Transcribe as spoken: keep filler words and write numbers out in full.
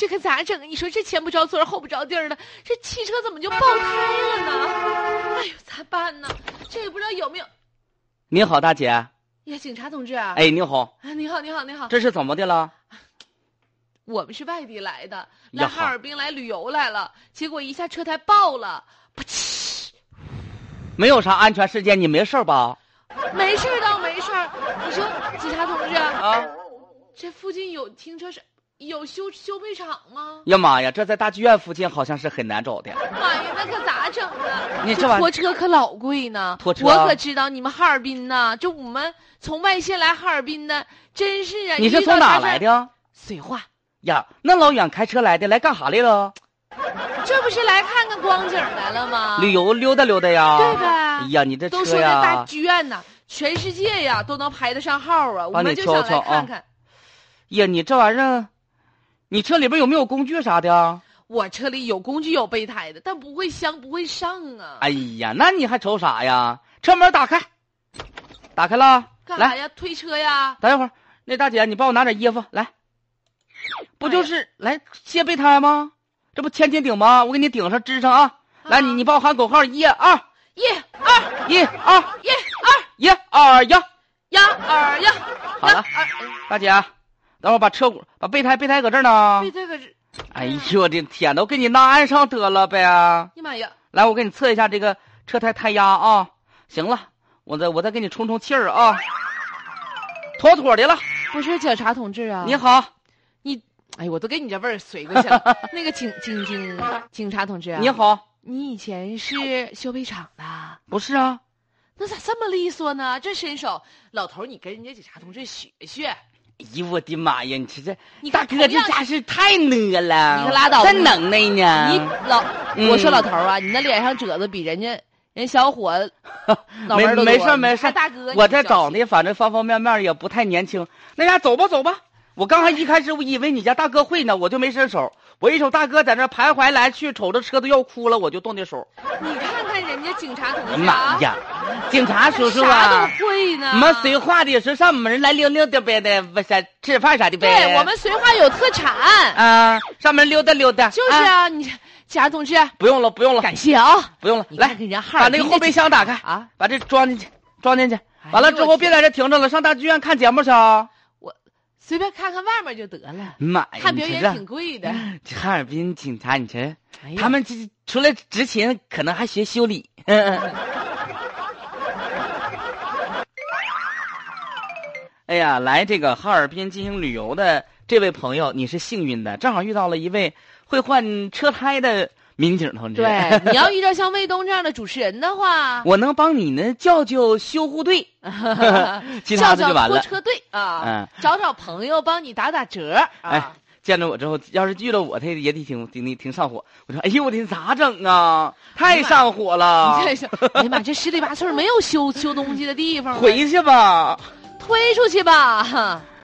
这可咋整啊？你说这前不着村后不着地儿的，这汽车怎么就爆胎了呢？哎呦，咋办呢？这也不知道有没有。 您好，大姐。 呀，警察同志啊！ 哎，你好。 啊，你好，你好，你好。 这是怎么的了？ 我们是外地来的，来哈尔滨来旅游来了，结果一下车胎爆了，噗嗤！ 没有啥安全事件，你没事吧？ 没事倒没事。你说，警察同志啊， 这附近有停车场？有修修配厂吗？ 呀妈呀，这在大剧院附近好像是很难找的。 妈呀，那可咋整啊？ 你这玩意拖车可老贵呢。 拖车， 我可知道你们哈尔滨呢，这我们从外县来哈尔滨的，真是啊。 你是从哪来的？ 绥化。 呀，那老远开车来的，来干啥来了？ 这不是来看看光景来了吗？ 旅游溜达溜达呀。 对呗。 哎呀，你这车呀， 都说这大剧院呢，全世界呀都能排得上号啊，我们就想来看看。 啊、呀，你这玩意儿。你车里边有没有工具啥的啊？ 我车里有工具有备胎的，但不会箱不会上啊。 哎呀，那你还愁啥呀？车门打开，打开了。 干啥呀？推车呀？ 等一会儿，那大姐，你帮我拿点衣服来。不就是、哎、来卸备胎吗？这不千斤顶吗？我给你顶上支上啊！啊来，你你帮我喊口号，一二一二一二一二一二呀呀二呀！ 好了，大姐。等会儿把车轱把备胎备胎搁这儿呢。 备胎搁这。 哎呦我的天哪！我给你拿安上得了呗。 呀妈呀！ 来，我给你测一下这个车胎胎压啊。行了，我再我再给你充充气儿啊。妥妥的了。 不是警察同志啊。 你好。 你哎呦，我都给你这味儿随过去了。那个警警警警察同志啊。 你好。 你以前是修配厂的？ 不是啊。 那咋这么利索呢？这身手，老头你跟人家警察同志学学。 哎呦我的妈呀！你这这， 你大哥这家是太呢了， 你可拉倒吧， 真能耐呢。 你老，嗯、我说老头啊，你那脸上褶子比人家人小伙脑门都多。 没没事没事， 大哥， 我这长得反正方方面面也不太年轻。那家走吧走吧，我刚才一开始我以为你家大哥会呢，我就没伸手。我一瞅大哥在那徘徊来去，瞅着车都要哭了，我就动的手。 你看看人家警察同志， 妈呀，警察叔叔啊， 啥都会呢。 我们绥化的是上门来溜溜达呗的，不是吃饭啥的呗。 对，我们绥化有特产啊，上门溜达溜达。 就是啊，啊你警察同志， 不用了不用了， 感谢啊， 不用了。来， 给人家哈把那个后备箱打开啊， 把这装进去，装进去。完了之后别在这停着了，上大剧院看节目去啊。 随便看看外面就得了。 妈呀， 看表演挺贵的。 这哈尔滨警察，你这、 哎、 他们这除了执勤，可能还学修理。哎呀，来这个哈尔滨进行旅游的这位朋友，你是幸运的，正好遇到了一位会换车胎的民警同志。 对，你要遇到像卫东这样的主持人的话， 我能帮你呢叫叫修护队，其他的就完了。 叫叫拖车队啊，嗯，找找朋友帮你打打折。啊、 哎，见着我之后，要是遇到我，他也得挺挺挺上火。我说，哎呦我的咋整啊？太上火了！ 你这是，哎呀妈，这十里八村没有修修东西的地方。 回去吧， 推出去吧。